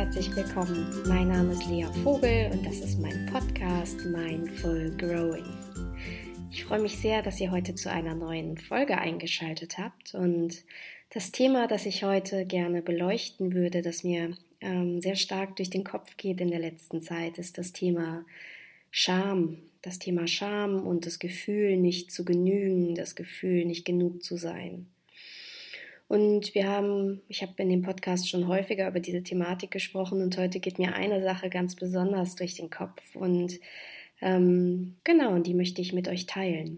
herzlich willkommen. Mein Name ist Lea Vogel und das ist mein Podcast Mindful Growing. Ich freue mich sehr, dass ihr heute zu einer neuen Folge eingeschaltet habt und das Thema, das ich heute gerne beleuchten würde, das mir sehr stark durch den Kopf geht in der letzten Zeit, ist das Thema Scham. Das Thema Scham und das Gefühl, nicht zu genügen, das Gefühl, nicht genug zu sein. Und ich habe in dem Podcast schon häufiger über diese Thematik gesprochen und heute geht mir eine Sache ganz besonders durch den Kopf und und die möchte ich mit euch teilen.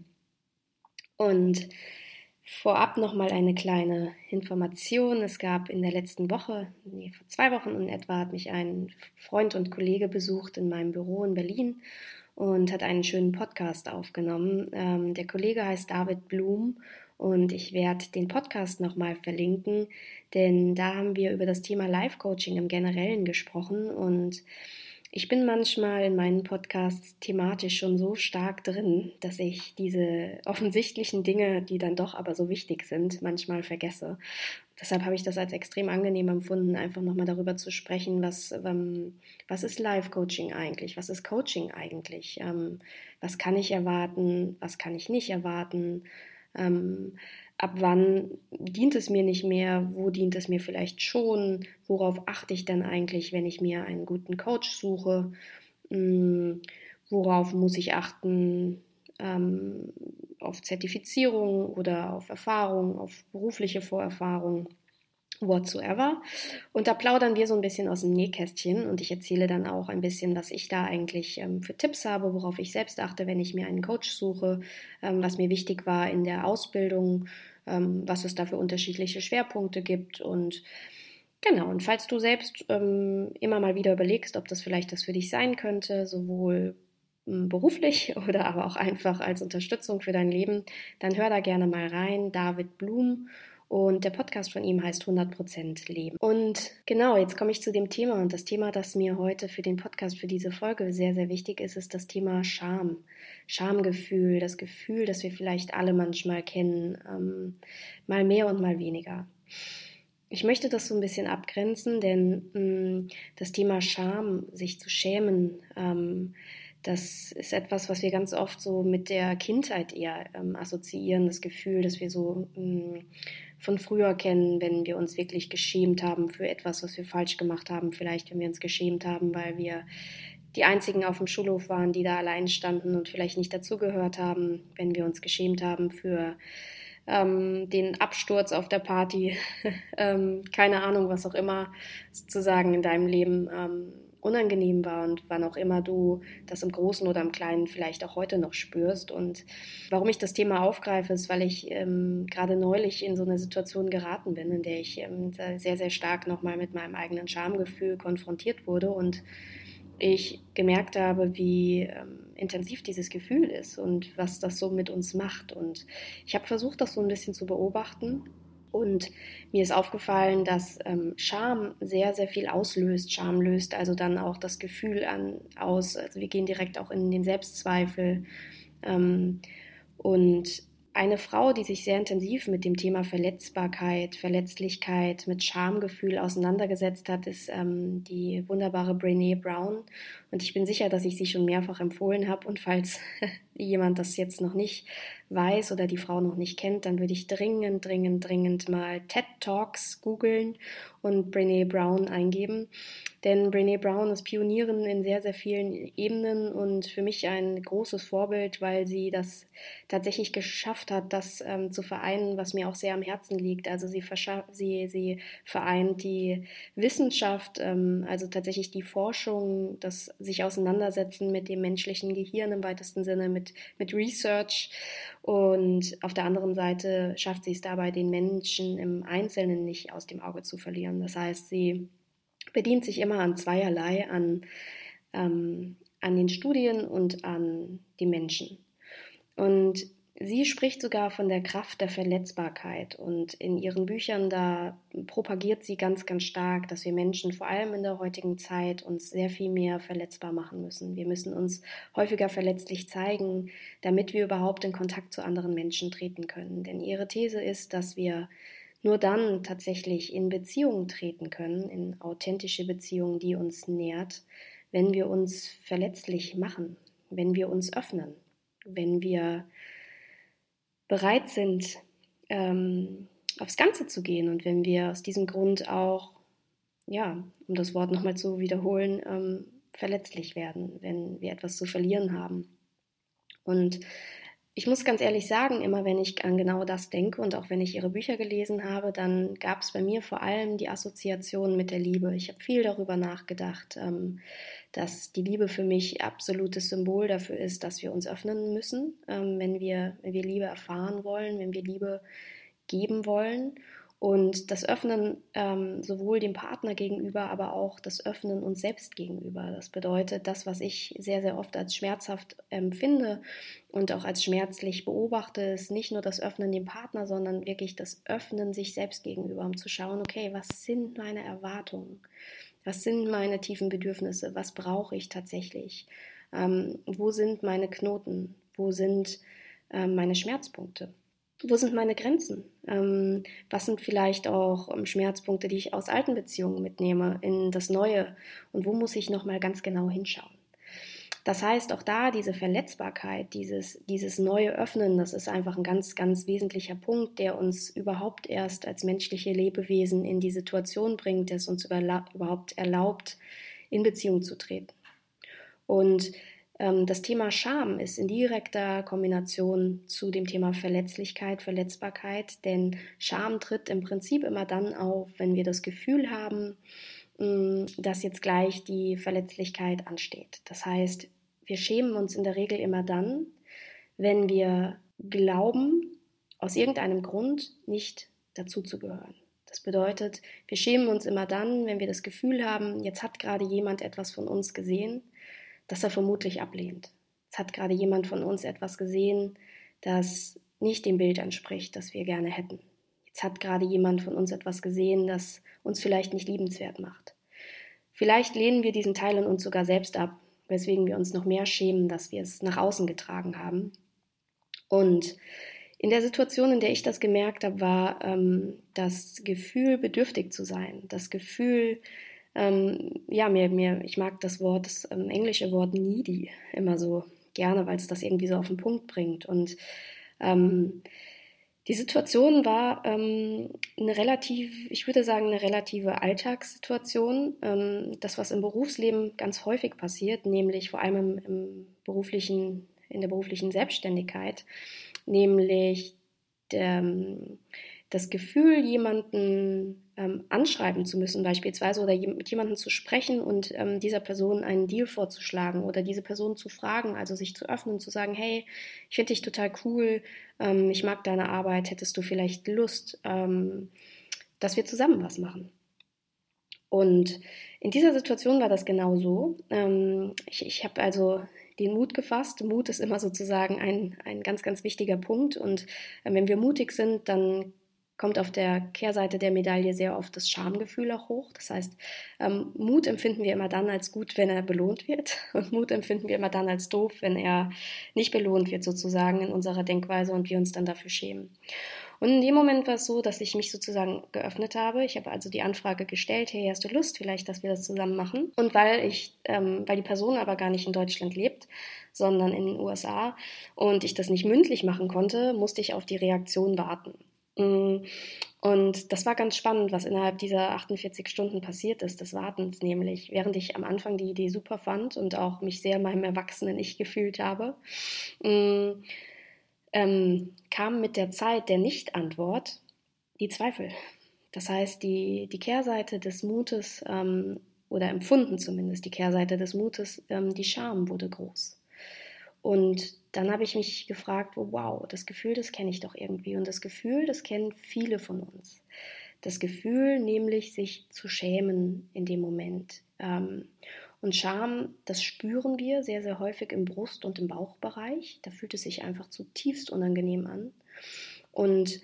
Und vorab nochmal eine kleine Information. Es gab in der letzten Woche, vor 2 Wochen in etwa, hat mich ein Freund und Kollege besucht in meinem Büro in Berlin und hat einen schönen Podcast aufgenommen. Der Kollege heißt David Blum und ich werde den Podcast nochmal verlinken, denn da haben wir über das Thema Life-Coaching im Generellen gesprochen und ich bin manchmal in meinen Podcasts thematisch schon so stark drin, dass ich diese offensichtlichen Dinge, die dann doch aber so wichtig sind, manchmal vergesse. Deshalb habe ich das als extrem angenehm empfunden, einfach nochmal darüber zu sprechen, was ist Life-Coaching eigentlich, was ist Coaching eigentlich, was kann ich erwarten, was kann ich nicht erwarten, ab wann dient es mir nicht mehr, wo dient es mir vielleicht schon, worauf achte ich denn eigentlich, wenn ich mir einen guten Coach suche, worauf muss ich achten, auf Zertifizierung oder auf Erfahrung, auf berufliche Vorerfahrung, whatsoever. Und da plaudern wir so ein bisschen aus dem Nähkästchen und ich erzähle dann auch ein bisschen, was ich da eigentlich für Tipps habe, worauf ich selbst achte, wenn ich mir einen Coach suche, was mir wichtig war in der Ausbildung, was es da für unterschiedliche Schwerpunkte gibt und genau, und falls du selbst immer mal wieder überlegst, ob das vielleicht das für dich sein könnte, sowohl beruflich oder aber auch einfach als Unterstützung für dein Leben, dann hör da gerne mal rein. David Blum. Und der Podcast von ihm heißt 100% Leben. Und genau, jetzt komme ich zu dem Thema. Und das Thema, das mir heute für den Podcast, für diese Folge sehr, sehr wichtig ist, ist das Thema Scham. Schamgefühl, das Gefühl, das wir vielleicht alle manchmal kennen, mal mehr und mal weniger. Ich möchte das so ein bisschen abgrenzen, denn das Thema Scham, sich zu schämen, das ist etwas, was wir ganz oft so mit der Kindheit eher assoziieren, das Gefühl, das wir so von früher kennen, wenn wir uns wirklich geschämt haben für etwas, was wir falsch gemacht haben. Vielleicht, wenn wir uns geschämt haben, weil wir die einzigen auf dem Schulhof waren, die da allein standen und vielleicht nicht dazugehört haben. Wenn wir uns geschämt haben für den Absturz auf der Party, keine Ahnung, was auch immer sozusagen in deinem Leben unangenehm war und wann auch immer du das im Großen oder im Kleinen vielleicht auch heute noch spürst. Und warum ich das Thema aufgreife, ist, weil ich gerade neulich in so eine Situation geraten bin, in der ich sehr, sehr stark nochmal mit meinem eigenen Schamgefühl konfrontiert wurde und ich gemerkt habe, wie intensiv dieses Gefühl ist und was das so mit uns macht. Und ich habe versucht, das so ein bisschen zu beobachten. Und mir ist aufgefallen, dass Scham sehr, sehr viel auslöst. Scham löst also dann auch das Gefühl aus. Also wir gehen direkt auch in den Selbstzweifel. Und eine Frau, die sich sehr intensiv mit dem Thema Verletzbarkeit, Verletzlichkeit, mit Schamgefühl auseinandergesetzt hat, ist die wunderbare Brené Brown. Und ich bin sicher, dass ich sie schon mehrfach empfohlen habe. Und falls jemand das jetzt noch nicht weiß oder die Frau noch nicht kennt, dann würde ich dringend mal TED Talks googeln und Brené Brown eingeben. Denn Brené Brown ist Pionierin in sehr, sehr vielen Ebenen und für mich ein großes Vorbild, weil sie das tatsächlich geschafft hat, das zu vereinen, was mir auch sehr am Herzen liegt. Also sie vereint die Wissenschaft, also tatsächlich die Forschung, das sich auseinandersetzen mit dem menschlichen Gehirn im weitesten Sinne, mit Research. Und auf der anderen Seite schafft sie es dabei, den Menschen im Einzelnen nicht aus dem Auge zu verlieren. Das heißt, sie bedient sich immer an zweierlei, an den Studien und an die Menschen. Und sie spricht sogar von der Kraft der Verletzbarkeit und in ihren Büchern, da propagiert sie ganz, ganz stark, dass wir Menschen vor allem in der heutigen Zeit uns sehr viel mehr verletzbar machen müssen. Wir müssen uns häufiger verletzlich zeigen, damit wir überhaupt in Kontakt zu anderen Menschen treten können. Denn ihre These ist, dass wir nur dann tatsächlich in Beziehungen treten können, in authentische Beziehungen, die uns nährt, wenn wir uns verletzlich machen, wenn wir uns öffnen, wenn wir bereit sind, aufs Ganze zu gehen und wenn wir aus diesem Grund auch, ja, um das Wort nochmal zu wiederholen, verletzlich werden, wenn wir etwas zu verlieren haben. Und ich muss ganz ehrlich sagen, immer wenn ich an genau das denke und auch wenn ich ihre Bücher gelesen habe, dann gab es bei mir vor allem die Assoziation mit der Liebe. Ich habe viel darüber nachgedacht, dass die Liebe für mich absolutes Symbol dafür ist, dass wir uns öffnen müssen, wenn wir Liebe erfahren wollen, wenn wir Liebe geben wollen. Und das Öffnen sowohl dem Partner gegenüber, aber auch das Öffnen uns selbst gegenüber. Das bedeutet, das, was ich sehr, sehr oft als schmerzhaft empfinde und auch als schmerzlich beobachte, ist nicht nur das Öffnen dem Partner, sondern wirklich das Öffnen sich selbst gegenüber, um zu schauen, okay, was sind meine Erwartungen? Was sind meine tiefen Bedürfnisse? Was brauche ich tatsächlich? Wo sind meine Knoten? Wo sind meine Schmerzpunkte? Wo sind meine Grenzen? Was sind vielleicht auch Schmerzpunkte, die ich aus alten Beziehungen mitnehme in das Neue? Und wo muss ich nochmal ganz genau hinschauen? Das heißt, auch da diese Verletzbarkeit, dieses neue Öffnen, das ist einfach ein ganz, ganz wesentlicher Punkt, der uns überhaupt erst als menschliche Lebewesen in die Situation bringt, der es uns überhaupt erlaubt, in Beziehung zu treten. Und das Thema Scham ist in direkter Kombination zu dem Thema Verletzlichkeit, Verletzbarkeit, denn Scham tritt im Prinzip immer dann auf, wenn wir das Gefühl haben, dass jetzt gleich die Verletzlichkeit ansteht. Das heißt, wir schämen uns in der Regel immer dann, wenn wir glauben, aus irgendeinem Grund nicht dazuzugehören. Das bedeutet, wir schämen uns immer dann, wenn wir das Gefühl haben, jetzt hat gerade jemand etwas von uns gesehen, das er vermutlich ablehnt. Es hat gerade jemand von uns etwas gesehen, das nicht dem Bild entspricht, das wir gerne hätten. Jetzt hat gerade jemand von uns etwas gesehen, das uns vielleicht nicht liebenswert macht. Vielleicht lehnen wir diesen Teil in uns sogar selbst ab, weswegen wir uns noch mehr schämen, dass wir es nach außen getragen haben. Und in der Situation, in der ich das gemerkt habe, war das Gefühl, bedürftig zu sein, das Gefühl, ich mag das englische Wort needy immer so gerne, weil es das irgendwie so auf den Punkt bringt. Und die Situation war eine relative Alltagssituation. Das, was im Berufsleben ganz häufig passiert, nämlich vor allem in der beruflichen Selbstständigkeit, nämlich das Gefühl, jemanden anschreiben zu müssen beispielsweise oder mit jemandem zu sprechen und dieser Person einen Deal vorzuschlagen oder diese Person zu fragen, also sich zu öffnen, zu sagen, hey, ich finde dich total cool, ich mag deine Arbeit, hättest du vielleicht Lust, dass wir zusammen was machen? Und in dieser Situation war das genau so. Ich habe also den Mut gefasst. Mut ist immer sozusagen ein ganz, ganz wichtiger Punkt. Und wenn wir mutig sind, dann kommt auf der Kehrseite der Medaille sehr oft das Schamgefühl auch hoch. Das heißt, Mut empfinden wir immer dann als gut, wenn er belohnt wird. Und Mut empfinden wir immer dann als doof, wenn er nicht belohnt wird sozusagen in unserer Denkweise und wir uns dann dafür schämen. Und in dem Moment war es so, dass ich mich sozusagen geöffnet habe. Ich habe also die Anfrage gestellt, hey, hast du Lust vielleicht, dass wir das zusammen machen? Und weil die Person aber gar nicht in Deutschland lebt, sondern in den USA und ich das nicht mündlich machen konnte, musste ich auf die Reaktion warten. Und das war ganz spannend, was innerhalb dieser 48 Stunden passiert ist, des Wartens nämlich. Während ich am Anfang die Idee super fand und auch mich sehr meinem erwachsenen Ich gefühlt habe, kam mit der Zeit der Nicht-Antwort die Zweifel. Das heißt, die Kehrseite des Mutes, oder empfunden zumindest die Kehrseite des Mutes, die Scham wurde groß. Und dann habe ich mich gefragt, oh, wow, das Gefühl, das kenne ich doch irgendwie. Und das Gefühl, das kennen viele von uns. Das Gefühl, nämlich sich zu schämen in dem Moment. Und Scham, das spüren wir sehr, sehr häufig im Brust- und im Bauchbereich. Da fühlt es sich einfach zutiefst unangenehm an. Und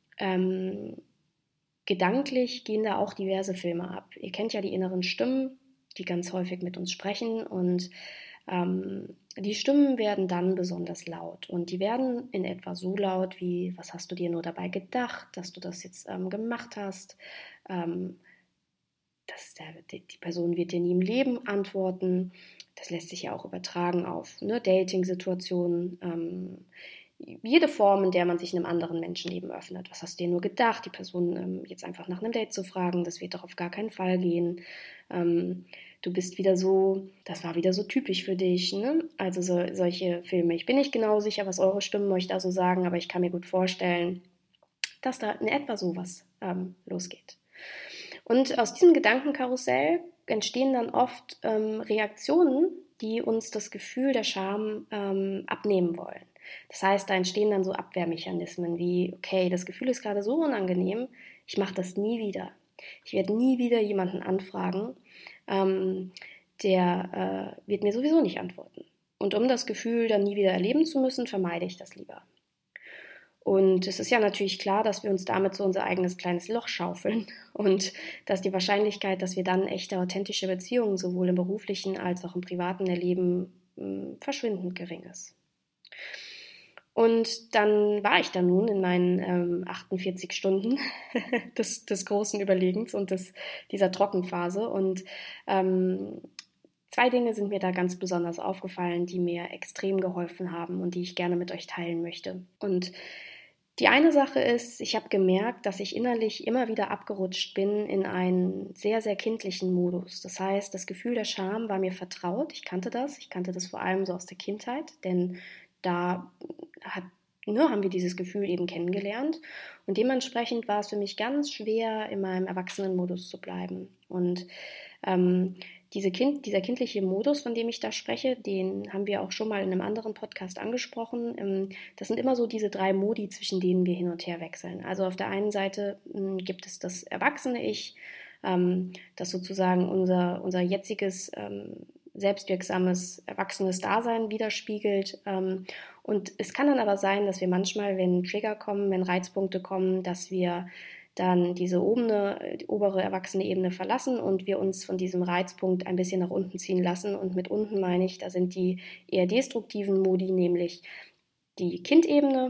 gedanklich gehen da auch diverse Filme ab. Ihr kennt ja die inneren Stimmen, die ganz häufig mit uns sprechen und Die Stimmen werden dann besonders laut und die werden in etwa so laut wie: Was hast du dir nur dabei gedacht, dass du das jetzt gemacht hast? Ähm, die Person wird dir nie im Leben antworten. Das lässt sich ja auch übertragen auf Dating-Situationen. Jede Form, in der man sich einem anderen Menschenleben öffnet. Was hast du dir nur gedacht, die Person jetzt einfach nach einem Date zu fragen? Das wird doch auf gar keinen Fall gehen. Du bist wieder so, das war wieder so typisch für dich. Ne? Also solche Filme. Ich bin nicht genau sicher, was eure Stimmen euch da so sagen, aber ich kann mir gut vorstellen, dass da in etwa sowas losgeht. Und aus diesem Gedankenkarussell entstehen dann oft Reaktionen, die uns das Gefühl der Scham abnehmen wollen. Das heißt, da entstehen dann so Abwehrmechanismen wie: Okay, das Gefühl ist gerade so unangenehm, ich mache das nie wieder. Ich werde nie wieder jemanden anfragen, der wird mir sowieso nicht antworten. Und um das Gefühl dann nie wieder erleben zu müssen, vermeide ich das lieber. Und es ist ja natürlich klar, dass wir uns damit so unser eigenes kleines Loch schaufeln und dass die Wahrscheinlichkeit, dass wir dann echte, authentische Beziehungen sowohl im beruflichen als auch im privaten erleben, verschwindend gering ist. Und dann war ich da nun in meinen 48 Stunden des großen Überlegens und dieser Trockenphase. Und zwei Dinge sind mir da ganz besonders aufgefallen, die mir extrem geholfen haben und die ich gerne mit euch teilen möchte. Und die eine Sache ist, ich habe gemerkt, dass ich innerlich immer wieder abgerutscht bin in einen sehr, sehr kindlichen Modus. Das heißt, das Gefühl der Scham war mir vertraut. Ich kannte das. Ich kannte das vor allem so aus der Kindheit, denn da haben wir dieses Gefühl eben kennengelernt. Und dementsprechend war es für mich ganz schwer, in meinem Erwachsenenmodus zu bleiben. Und dieser kindliche Modus, von dem ich da spreche, den haben wir auch schon mal in einem anderen Podcast angesprochen. Das sind immer so diese 3 Modi, zwischen denen wir hin und her wechseln. Also auf der einen Seite gibt es das erwachsene Ich, das sozusagen unser jetziges selbstwirksames, erwachsenes Dasein widerspiegelt. Und es kann dann aber sein, dass wir manchmal, wenn Trigger kommen, wenn Reizpunkte kommen, dass wir dann diese obere erwachsene Ebene verlassen und wir uns von diesem Reizpunkt ein bisschen nach unten ziehen lassen. Und mit unten meine ich, da sind die eher destruktiven Modi, nämlich die Kindebene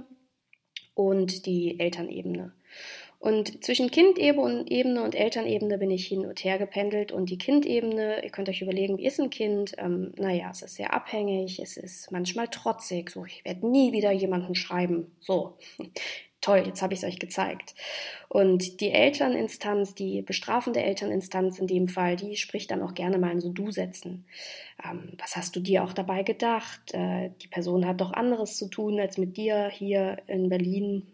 und die Elternebene. Und zwischen Kindebene und Elternebene bin ich hin und her gependelt. Und die Kindebene, ihr könnt euch überlegen, wie ist ein Kind? Es ist sehr abhängig, es ist manchmal trotzig. So, ich werde nie wieder jemanden schreiben. So, toll, jetzt habe ich es euch gezeigt. Und die Elterninstanz, die bestrafende Elterninstanz in dem Fall, die spricht dann auch gerne mal in so Du-Sätzen. Was hast du dir auch dabei gedacht? Die Person hat doch anderes zu tun, als mit dir hier in Berlin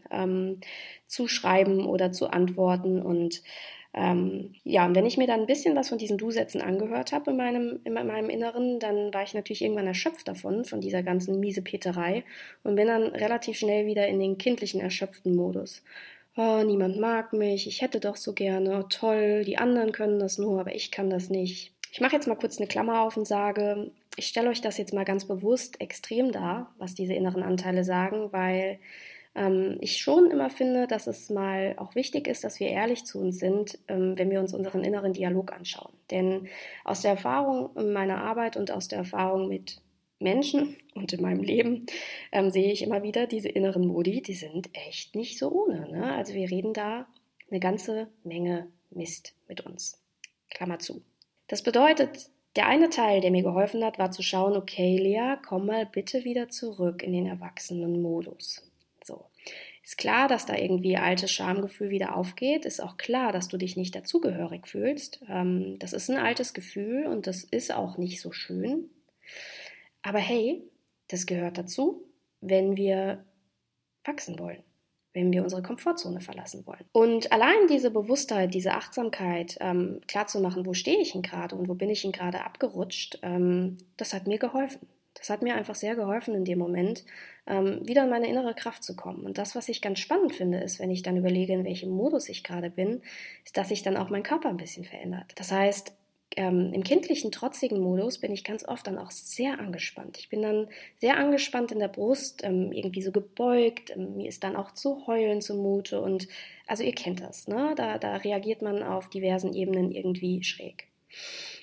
zu schreiben oder zu antworten. Und und wenn ich mir dann ein bisschen was von diesen Du-Sätzen angehört habe in meinem Inneren, dann war ich natürlich irgendwann erschöpft von dieser ganzen Miesepeterei und bin dann relativ schnell wieder in den kindlichen, erschöpften Modus. Oh, niemand mag mich, ich hätte doch so gerne, oh, toll, die anderen können das nur, aber ich kann das nicht. Ich mache jetzt mal kurz eine Klammer auf und sage, ich stelle euch das jetzt mal ganz bewusst extrem dar, was diese inneren Anteile sagen, weil ich schon immer finde, dass es mal auch wichtig ist, dass wir ehrlich zu uns sind, wenn wir uns unseren inneren Dialog anschauen. Denn aus der Erfahrung in meiner Arbeit und aus der Erfahrung mit Menschen und in meinem Leben sehe ich immer wieder, diese inneren Modi, die sind echt nicht so ohne. Ne? Also wir reden da eine ganze Menge Mist mit uns. Klammer zu. Das bedeutet, der eine Teil, der mir geholfen hat, war zu schauen, okay, Lea, komm mal bitte wieder zurück in den Erwachsenenmodus. So. Ist klar, dass da irgendwie altes Schamgefühl wieder aufgeht. Ist auch klar, dass du dich nicht dazugehörig fühlst. Das ist ein altes Gefühl und das ist auch nicht so schön. Aber hey, das gehört dazu, wenn wir wachsen wollen, wenn wir unsere Komfortzone verlassen wollen. Und allein diese Bewusstheit, diese Achtsamkeit, klarzumachen, wo stehe ich denn gerade und wo bin ich denn gerade abgerutscht, das hat mir geholfen. Das hat mir einfach sehr geholfen in dem Moment, wieder in meine innere Kraft zu kommen. Und das, was ich ganz spannend finde, ist, wenn ich dann überlege, in welchem Modus ich gerade bin, ist, dass sich dann auch mein Körper ein bisschen verändert. Das heißt, im kindlichen, trotzigen Modus bin ich ganz oft dann auch sehr angespannt. Ich bin dann sehr angespannt in der Brust, irgendwie so gebeugt. Mir ist dann auch zu heulen zumute. Und also ihr kennt das, ne? Da reagiert man auf diversen Ebenen irgendwie schräg.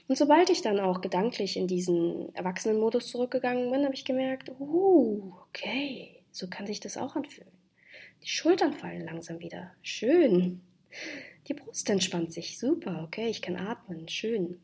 Und sobald ich dann auch gedanklich in diesen Erwachsenenmodus zurückgegangen bin, habe ich gemerkt, okay, so kann sich das auch anfühlen. Die Schultern fallen langsam wieder. Schön. Die Brust entspannt sich. Super, okay, ich kann atmen. Schön.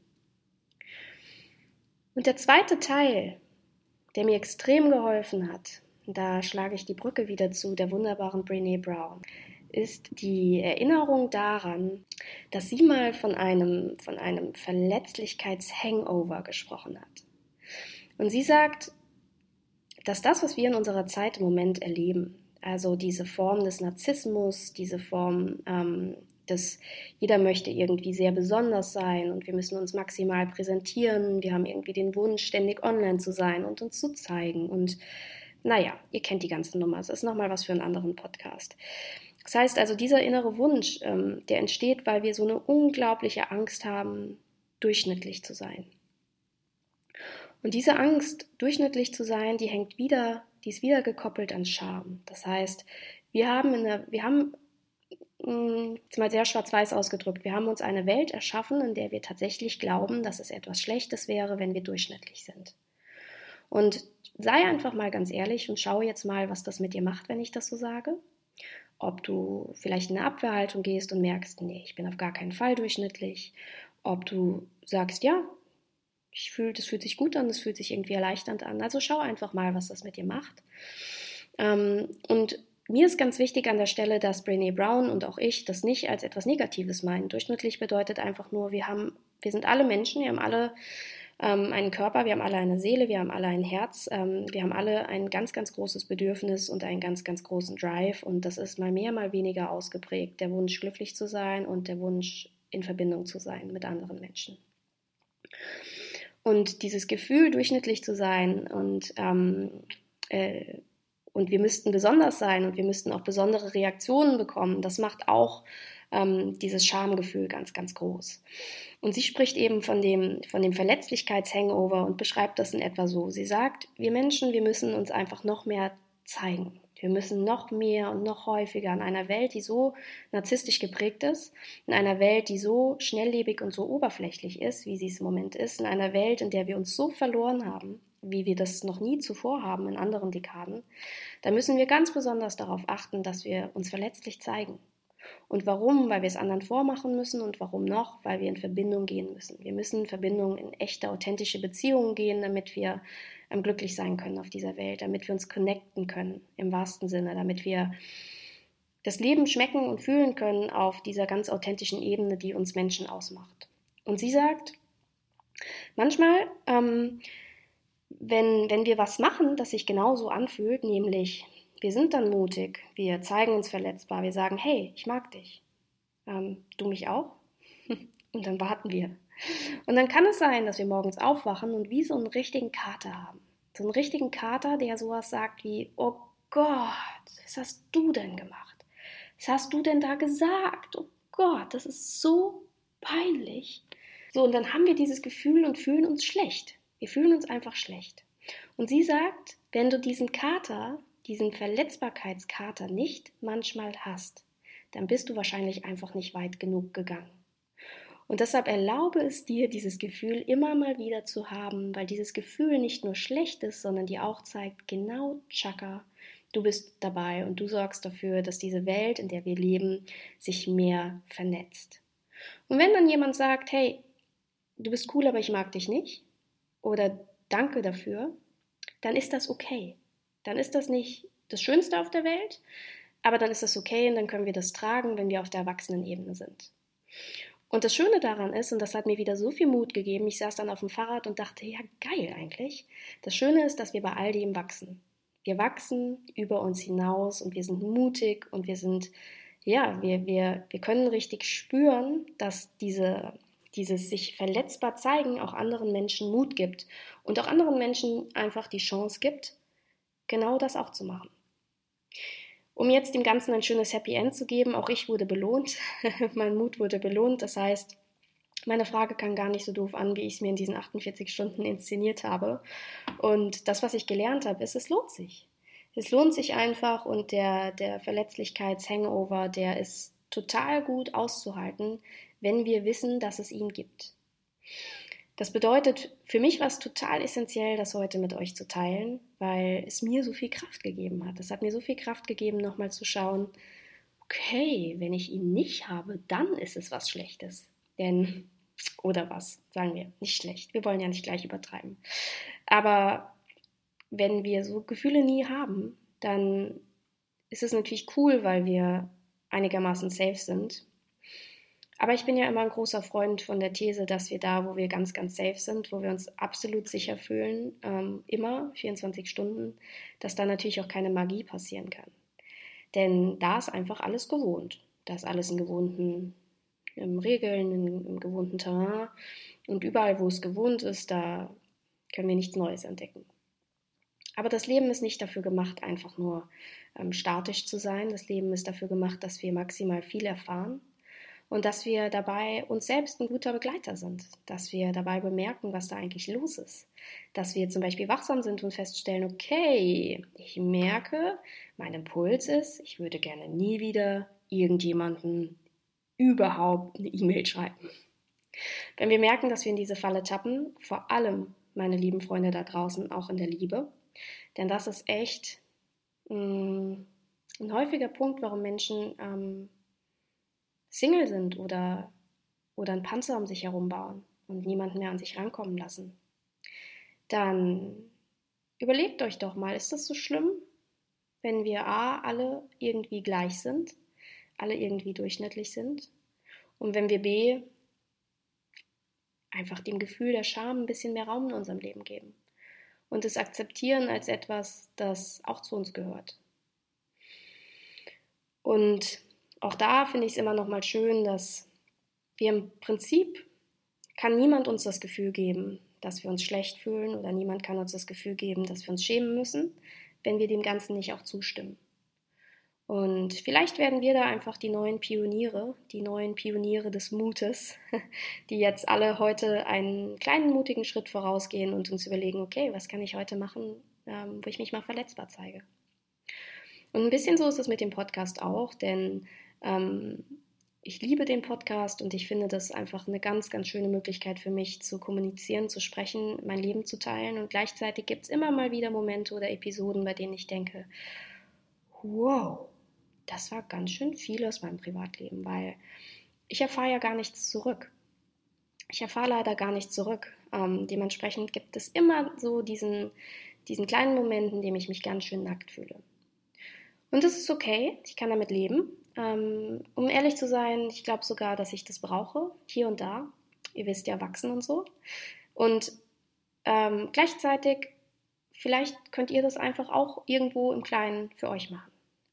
Und der zweite Teil, der mir extrem geholfen hat, da schlage ich die Brücke wieder zu der wunderbaren Brené Brown, ist die Erinnerung daran, dass sie mal von einem Verletzlichkeits-Hangover gesprochen hat. Und sie sagt, dass das, was wir in unserer Zeit im Moment erleben, also diese Form des Narzissmus, diese Form dass jeder möchte irgendwie sehr besonders sein und wir müssen uns maximal präsentieren, wir haben irgendwie den Wunsch, ständig online zu sein und uns zu zeigen und naja, ihr kennt die ganze Nummer, es ist nochmal was für einen anderen Podcast. Das heißt also, dieser innere Wunsch, der entsteht, weil wir so eine unglaubliche Angst haben, durchschnittlich zu sein. Und diese Angst, durchschnittlich zu sein, die ist wieder gekoppelt an Scham. Das heißt, wir haben jetzt mal sehr schwarz-weiß ausgedrückt, wir haben uns eine Welt erschaffen, in der wir tatsächlich glauben, dass es etwas Schlechtes wäre, wenn wir durchschnittlich sind. Und sei einfach mal ganz ehrlich und schau jetzt mal, was das mit dir macht, wenn ich das so sage. Ob du vielleicht in eine Abwehrhaltung gehst und merkst, nee, ich bin auf gar keinen Fall durchschnittlich. Ob du sagst, ja, das fühlt sich gut an, das fühlt sich irgendwie erleichternd an. Also schau einfach mal, was das mit dir macht. Und mir ist ganz wichtig an der Stelle, dass Brené Brown und auch ich das nicht als etwas Negatives meinen. Durchschnittlich bedeutet einfach nur, wir sind alle Menschen, wir haben alle einen Körper, wir haben alle eine Seele, wir haben alle ein Herz, wir haben alle ein ganz, ganz großes Bedürfnis und einen ganz, ganz großen Drive und das ist mal mehr, mal weniger ausgeprägt. Der Wunsch, glücklich zu sein und der Wunsch, in Verbindung zu sein mit anderen Menschen. Und dieses Gefühl, durchschnittlich zu sein und wir müssten besonders sein und wir müssten auch besondere Reaktionen bekommen, das macht auch dieses Schamgefühl ganz, ganz groß. Und sie spricht eben von dem Verletzlichkeits-Hangover und beschreibt das in etwa so. Sie sagt, wir Menschen, wir müssen uns einfach noch mehr zeigen. Wir müssen noch mehr und noch häufiger in einer Welt, die so narzisstisch geprägt ist, in einer Welt, die so schnelllebig und so oberflächlich ist, wie sie es im Moment ist, in einer Welt, in der wir uns so verloren haben, wie wir das noch nie zuvor haben in anderen Dekaden, da müssen wir ganz besonders darauf achten, dass wir uns verletzlich zeigen. Und warum? Weil wir es anderen vormachen müssen und warum noch? Weil wir in Verbindung gehen müssen. Wir müssen in Verbindung in echte, authentische Beziehungen gehen, damit wir glücklich sein können auf dieser Welt, damit wir uns connecten können im wahrsten Sinne, damit wir das Leben schmecken und fühlen können auf dieser ganz authentischen Ebene, die uns Menschen ausmacht. Und sie sagt, manchmal, wenn wir was machen, das sich genauso anfühlt, nämlich wir sind dann mutig, wir zeigen uns verletzbar, wir sagen, hey, ich mag dich, du mich auch? Und dann warten wir. Und dann kann es sein, dass wir morgens aufwachen und wie so einen richtigen Kater haben. So einen richtigen Kater, der sowas sagt wie, oh Gott, was hast du denn gemacht? Was hast du denn da gesagt? Oh Gott, das ist so peinlich. So, und dann haben wir dieses Gefühl und fühlen uns schlecht. Wir fühlen uns einfach schlecht. Und sie sagt, wenn du diesen Kater, diesen Verletzbarkeitskater nicht manchmal hast, dann bist du wahrscheinlich einfach nicht weit genug gegangen. Und deshalb erlaube es dir, dieses Gefühl immer mal wieder zu haben, weil dieses Gefühl nicht nur schlecht ist, sondern dir auch zeigt, genau, Chaka, du bist dabei und du sorgst dafür, dass diese Welt, in der wir leben, sich mehr vernetzt. Und wenn dann jemand sagt, hey, du bist cool, aber ich mag dich nicht, oder danke dafür, dann ist das okay. Dann ist das nicht das Schönste auf der Welt, aber dann ist das okay und dann können wir das tragen, wenn wir auf der Erwachsenenebene sind. Und das Schöne daran ist, und das hat mir wieder so viel Mut gegeben, ich saß dann auf dem Fahrrad und dachte, ja geil eigentlich. Das Schöne ist, dass wir bei all dem wachsen. Wir wachsen über uns hinaus und wir sind mutig und wir sind, ja, wir können richtig spüren, dass dieses sich verletzbar zeigen auch anderen Menschen Mut gibt und auch anderen Menschen einfach die Chance gibt, genau das auch zu machen. Um jetzt dem Ganzen ein schönes Happy End zu geben, auch ich wurde belohnt, mein Mut wurde belohnt, das heißt, meine Frage kam gar nicht so doof an, wie ich es mir in diesen 48 Stunden inszeniert habe. Und das, was ich gelernt habe, ist, es lohnt sich. Es lohnt sich einfach und der Verletzlichkeits-Hangover, der ist total gut auszuhalten, wenn wir wissen, dass es ihn gibt. Das bedeutet, für mich war es total essentiell, das heute mit euch zu teilen, weil es mir so viel Kraft gegeben hat. Es hat mir so viel Kraft gegeben, nochmal zu schauen, okay, wenn ich ihn nicht habe, dann ist es was Schlechtes. Oder was, sagen wir, nicht schlecht. Wir wollen ja nicht gleich übertreiben. Aber wenn wir so Gefühle nie haben, dann ist es natürlich cool, weil wir einigermaßen safe sind. Aber ich bin ja immer ein großer Freund von der These, dass wir da, wo wir ganz, ganz safe sind, wo wir uns absolut sicher fühlen, immer 24 Stunden, dass da natürlich auch keine Magie passieren kann. Denn da ist einfach alles gewohnt. Da ist alles in gewohnten Regeln, im gewohnten Terrain. Und überall, wo es gewohnt ist, da können wir nichts Neues entdecken. Aber das Leben ist nicht dafür gemacht, einfach nur statisch zu sein. Das Leben ist dafür gemacht, dass wir maximal viel erfahren und dass wir dabei uns selbst ein guter Begleiter sind. Dass wir dabei bemerken, was da eigentlich los ist. Dass wir zum Beispiel wachsam sind und feststellen, okay, ich merke, mein Impuls ist, ich würde gerne nie wieder irgendjemanden überhaupt eine E-Mail schreiben. Wenn wir merken, dass wir in diese Falle tappen, vor allem, meine lieben Freunde da draußen, auch in der Liebe, denn das ist echt ein häufiger Punkt, warum Menschen Single sind oder einen Panzer um sich herum bauen und niemanden mehr an sich rankommen lassen. Dann überlegt euch doch mal, ist das so schlimm, wenn wir alle irgendwie gleich sind, alle irgendwie durchschnittlich sind und wenn wir B, einfach dem Gefühl der Scham ein bisschen mehr Raum in unserem Leben geben und es akzeptieren als etwas, das auch zu uns gehört. Und auch da finde ich es immer noch mal schön, dass wir im Prinzip, kann niemand uns das Gefühl geben, dass wir uns schlecht fühlen oder niemand kann uns das Gefühl geben, dass wir uns schämen müssen, wenn wir dem Ganzen nicht auch zustimmen. Und vielleicht werden wir da einfach die neuen Pioniere des Mutes, die jetzt alle heute einen kleinen mutigen Schritt vorausgehen und uns überlegen, okay, was kann ich heute machen, wo ich mich mal verletzbar zeige. Und ein bisschen so ist es mit dem Podcast auch, denn ich liebe den Podcast und ich finde das einfach eine ganz, ganz schöne Möglichkeit für mich zu kommunizieren, zu sprechen, mein Leben zu teilen und gleichzeitig gibt es immer mal wieder Momente oder Episoden, bei denen ich denke, wow, das war ganz schön viel aus meinem Privatleben, weil ich erfahre ja gar nichts zurück. Ich erfahre leider gar nichts zurück. Dementsprechend gibt es immer so diesen kleinen Moment, in dem ich mich ganz schön nackt fühle. Und das ist okay, ich kann damit leben. Um ehrlich zu sein, ich glaube sogar, dass ich das brauche, hier und da. Ihr wisst ja, wachsen und so. Und gleichzeitig, vielleicht könnt ihr das einfach auch irgendwo im Kleinen für euch machen.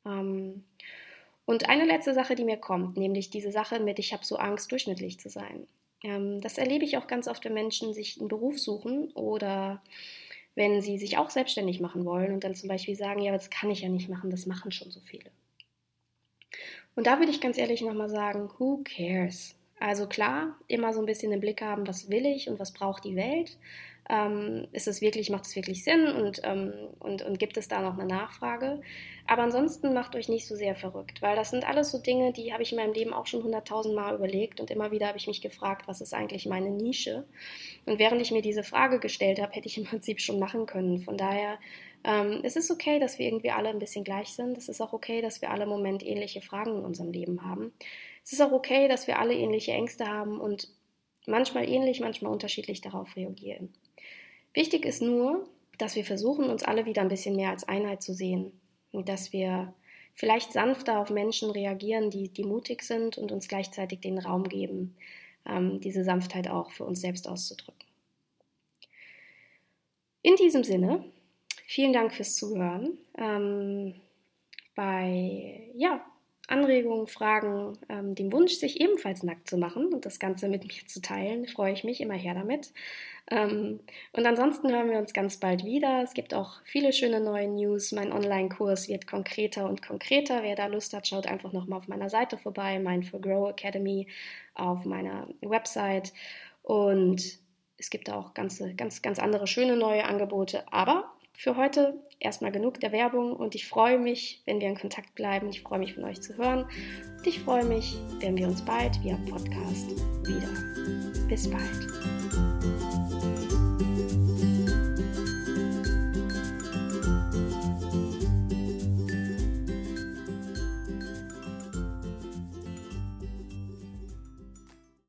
Und eine letzte Sache, die mir kommt, nämlich diese Sache mit, ich habe so Angst, durchschnittlich zu sein. Das erlebe ich auch ganz oft, wenn Menschen sich einen Beruf suchen oder wenn sie sich auch selbstständig machen wollen und dann zum Beispiel sagen, ja, aber das kann ich ja nicht machen, das machen schon so viele. Und da würde ich ganz ehrlich nochmal sagen, who cares? Also klar, immer so ein bisschen im Blick haben, was will ich und was braucht die Welt? Macht es wirklich Sinn und gibt es da noch eine Nachfrage? Aber ansonsten macht euch nicht so sehr verrückt, weil das sind alles so Dinge, die habe ich in meinem Leben auch schon 100.000 Mal überlegt und immer wieder habe ich mich gefragt, was ist eigentlich meine Nische? Und während ich mir diese Frage gestellt habe, hätte ich im Prinzip schon machen können. Von daher, es ist okay, dass wir irgendwie alle ein bisschen gleich sind. Es ist auch okay, dass wir alle im Moment ähnliche Fragen in unserem Leben haben. Es ist auch okay, dass wir alle ähnliche Ängste haben und manchmal ähnlich, manchmal unterschiedlich darauf reagieren. Wichtig ist nur, dass wir versuchen, uns alle wieder ein bisschen mehr als Einheit zu sehen und dass wir vielleicht sanfter auf Menschen reagieren, die mutig sind und uns gleichzeitig den Raum geben, diese Sanftheit auch für uns selbst auszudrücken. In diesem Sinne, vielen Dank fürs Zuhören. Bei Anregungen, Fragen, dem Wunsch, sich ebenfalls nackt zu machen und das Ganze mit mir zu teilen, freue ich mich immer her damit. Und ansonsten hören wir uns ganz bald wieder. Es gibt auch viele schöne neue News. Mein Online-Kurs wird konkreter und konkreter. Wer da Lust hat, schaut einfach nochmal auf meiner Seite vorbei, Mindful Grow Academy auf meiner Website. Und es gibt auch ganz andere schöne neue Angebote. Aber für heute erstmal genug der Werbung und ich freue mich, wenn wir in Kontakt bleiben. Ich freue mich, von euch zu hören und ich freue mich, wenn wir uns bald via Podcast wieder. Bis bald.